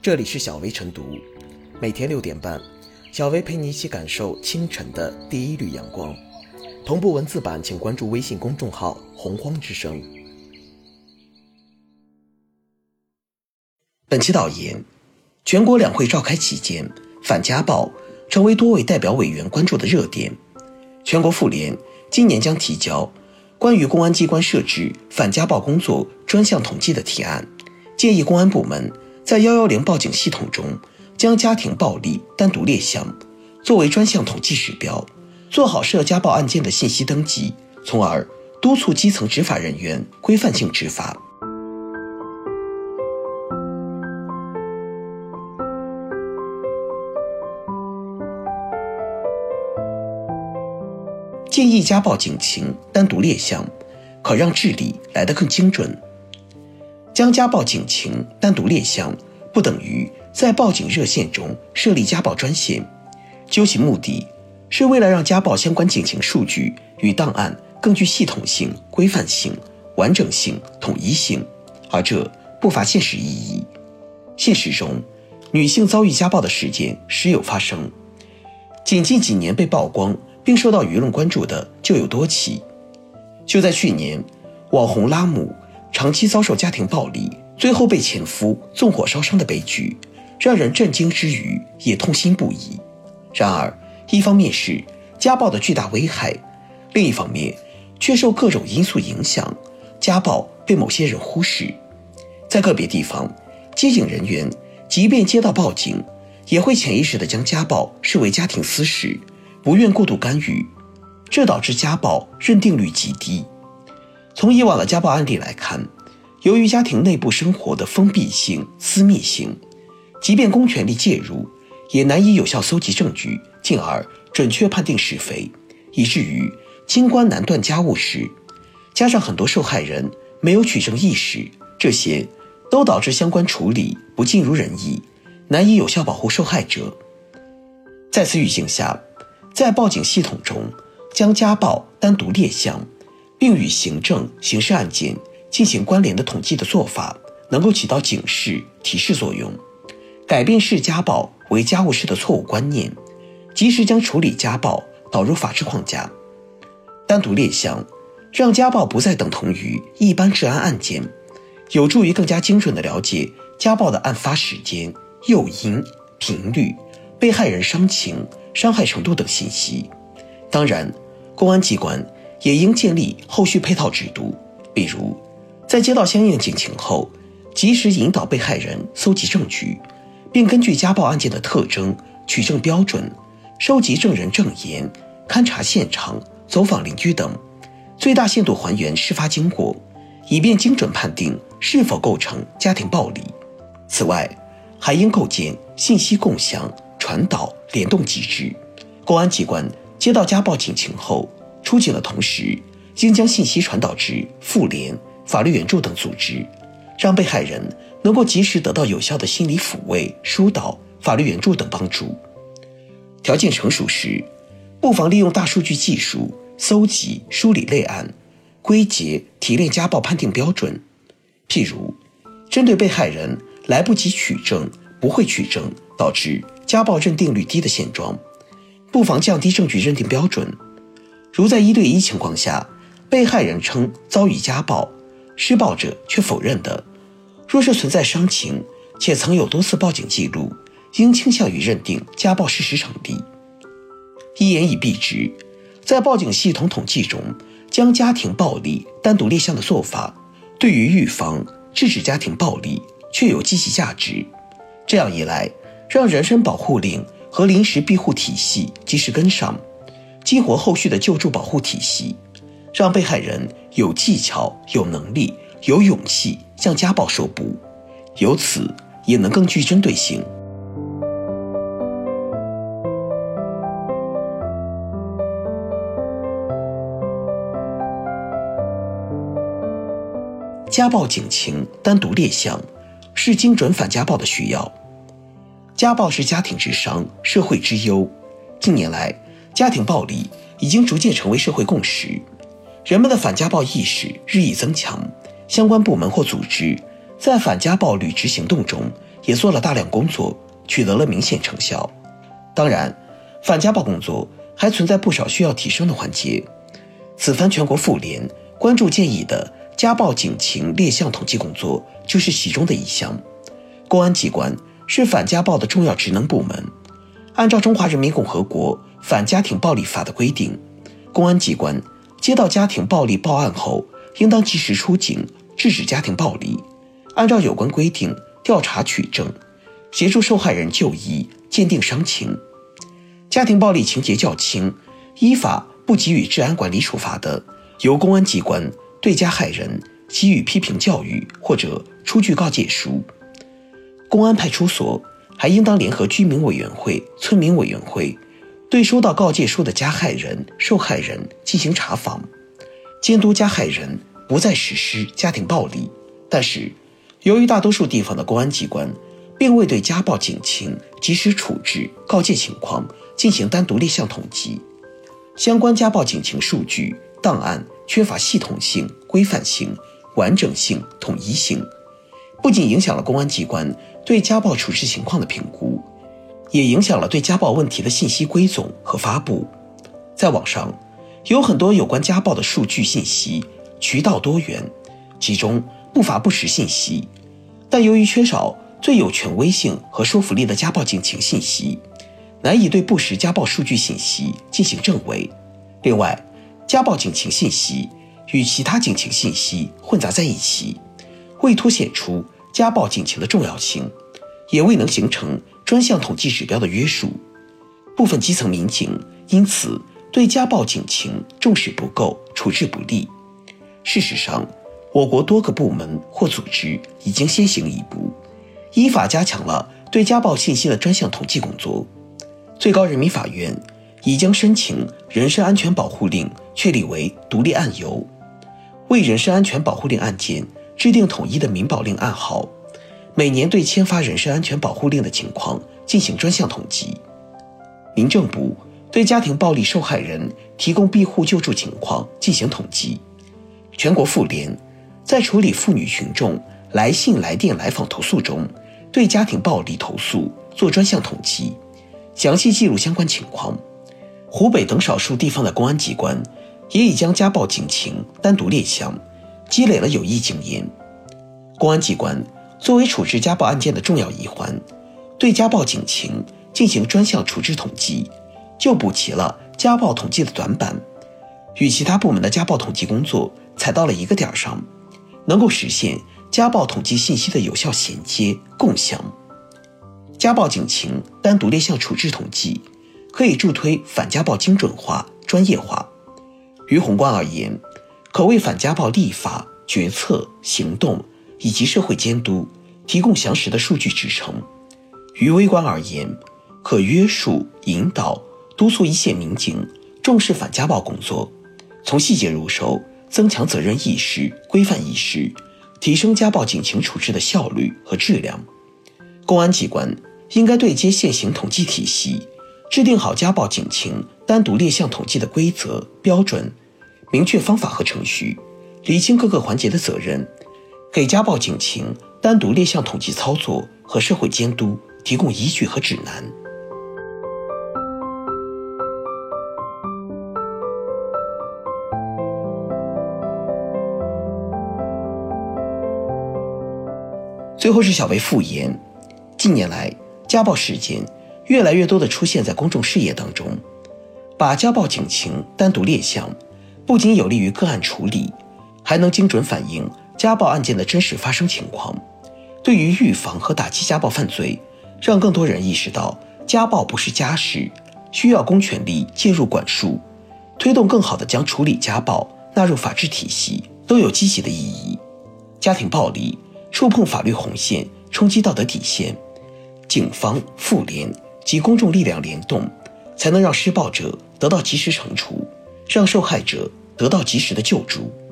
这里是小薇晨读，每天6点半，小薇陪你一起感受清晨的第一缕阳光。同步文字版请关注微信公众号洪荒之声。本期导言：全国两会召开期间，反家暴成为多位代表委员关注的热点。全国妇联今年将提交关于公安机关设置反家暴工作专项统计的提案，建议公安部门在110报警系统中将家庭暴力单独列项，作为专项统计指标，做好涉家暴案件的信息登记，从而督促基层执法人员规范性执法。建议家暴警情单独列项，可让治理来得更精准。将家暴警情单独列项，不等于在报警热线中设立家暴专线，究其目的，是为了让家暴相关警情数据与档案更具系统性、规范性、完整性、统一性，而这不乏现实意义。现实中，女性遭遇家暴的事件时有发生，仅近几年被曝光并受到舆论关注的就有多起。就在去年，网红拉姆长期遭受家庭暴力，最后被前夫纵火烧伤的悲剧，让人震惊之余也痛心不已。然而，一方面是家暴的巨大危害，另一方面却受各种因素影响，家暴被某些人忽视。在个别地方，接警人员即便接到报警，也会潜意识地将家暴视为家庭私事，不愿过度干预，这导致家暴认定率极低。从以往的家暴案例来看，由于家庭内部生活的封闭性、私密性，即便公权力介入，也难以有效搜集证据，进而准确判定是非，以至于清官难断家务事。加上很多受害人没有取证意识，这些都导致相关处理不尽如人意，难以有效保护受害者。在此语境下，在报警系统中将家暴单独列项，并与行政、刑事案件进行关联的统计的做法，能够起到警示、提示作用，改变视家暴为家务事的错误观念，及时将处理家暴导入法治框架。单独列项，让家暴不再等同于一般治安案件，有助于更加精准地了解家暴的案发时间、诱因、频率、被害人伤情、伤害程度等信息。当然，公安机关也应建立后续配套制度，比如在接到相应警情后，及时引导被害人搜集证据，并根据家暴案件的特征、取证标准，收集证人证言、勘查现场、走访邻居等，最大限度还原事发经过，以便精准判定是否构成家庭暴力。此外，还应构建信息共享、传导、联动机制。公安机关接到家暴警情后，出警的同时，应将信息传导至妇联、法律援助等组织，让被害人能够及时得到有效的心理抚慰、疏导、法律援助等帮助。条件成熟时，不妨利用大数据技术搜集、梳理类案，归结、提炼家暴判定标准。譬如，针对被害人来不及取证、不会取证，导致家暴认定率低的现状，不妨降低证据认定标准。如在1对1情况下，被害人称遭遇家暴，施暴者却否认的，若是存在伤情且曾有多次报警记录，应倾向于认定家暴事实成立。一言以蔽之，在报警系统统计中将家庭暴力单独列项的做法，对于预防、制止家庭暴力确有积极价值。这样一来，让人身保护令和临时庇护体系及时跟上，激活后续的救助保护体系，让被害人有技巧、有能力、有勇气向家暴说不，由此也能更具针对性。家暴警情单独列项，是精准反家暴的需要。家暴是家庭之伤，社会之忧。近年来，家庭暴力已经逐渐成为社会共识，人们的反家暴意识日益增强，相关部门或组织在反家暴履职行动中也做了大量工作，取得了明显成效。当然，反家暴工作还存在不少需要提升的环节。此番全国妇联关注建议的家暴警情列项统计工作就是其中的一项。公安机关是反家暴的重要职能部门，按照中华人民共和国反家庭暴力法的规定，公安机关接到家庭暴力报案后，应当及时出警，制止家庭暴力，按照有关规定调查取证，协助受害人就医，鉴定伤情。家庭暴力情节较轻，依法不给予治安管理处罚的，由公安机关对加害人给予批评教育或者出具告诫书。公安派出所还应当联合居民委员会、村民委员会，对收到告诫书的加害人、受害人进行查访，监督加害人不再实施家庭暴力。但是，由于大多数地方的公安机关并未对家暴警情及时处置、告诫情况进行单独列项统计，相关家暴警情数据档案缺乏系统性、规范性、完整性、统一性，不仅影响了公安机关对家暴处置情况的评估，也影响了对家暴问题的信息归总和发布。在网上有很多有关家暴的数据信息，渠道多元，其中不乏不实信息，但由于缺少最有权威性和说服力的家暴警情信息，难以对不实家暴数据信息进行证伪。另外，家暴警情信息与其他警情信息混杂在一起，未凸显出家暴警情的重要性，也未能形成专项统计指标的约束。部分基层民警因此对家暴警情重视不够，处置不力。事实上，我国多个部门或组织已经先行一步，依法加强了对家暴信息的专项统计工作。最高人民法院已将申请人身安全保护令确立为独立案由，为人身安全保护令案件制定统一的民保令案号，每年对签发人身安全保护令的情况进行专项统计。民政部对家庭暴力受害人提供庇护救助情况进行统计。全国妇联在处理妇女群众来信、来电、来访投诉中，对家庭暴力投诉做专项统计，详细记录相关情况。湖北等少数地方的公安机关也已将家暴警情单独列项，积累了有益经验。公安机关作为处置家暴案件的重要一环，对家暴警情进行专项处置统计，就补齐了家暴统计的短板，与其他部门的家暴统计工作踩到了一个点上，能够实现家暴统计信息的有效衔接共享。家暴警情单独列项处置统计可以助推反家暴精准化、专业化。于宏观而言，可为反家暴立法、决策、行动以及社会监督提供详实的数据支撑；于微观而言，可约束、引导、督促一线民警重视反家暴工作，从细节入手，增强责任意识、规范意识，提升家暴警情处置的效率和质量。公安机关应该对接现行统计体系，制定好家暴警情单独列项统计的规则、标准，明确方法和程序，理清各个环节的责任，给家暴警情单独列项统计操作和社会监督提供依据和指南。最后是小薇复言，近年来家暴事件越来越多地出现在公众视野当中，把家暴警情单独列项，不仅有利于个案处理，还能精准反映家暴案件的真实发生情况，对于预防和打击家暴犯罪，让更多人意识到家暴不是家事，需要公权力介入管束，推动更好地将处理家暴纳入法治体系，都有积极的意义。家庭暴力触碰法律红线，冲击道德底线，警方、妇联及公众力量联动，才能让施暴者得到及时惩处，让受害者得到及时的救助。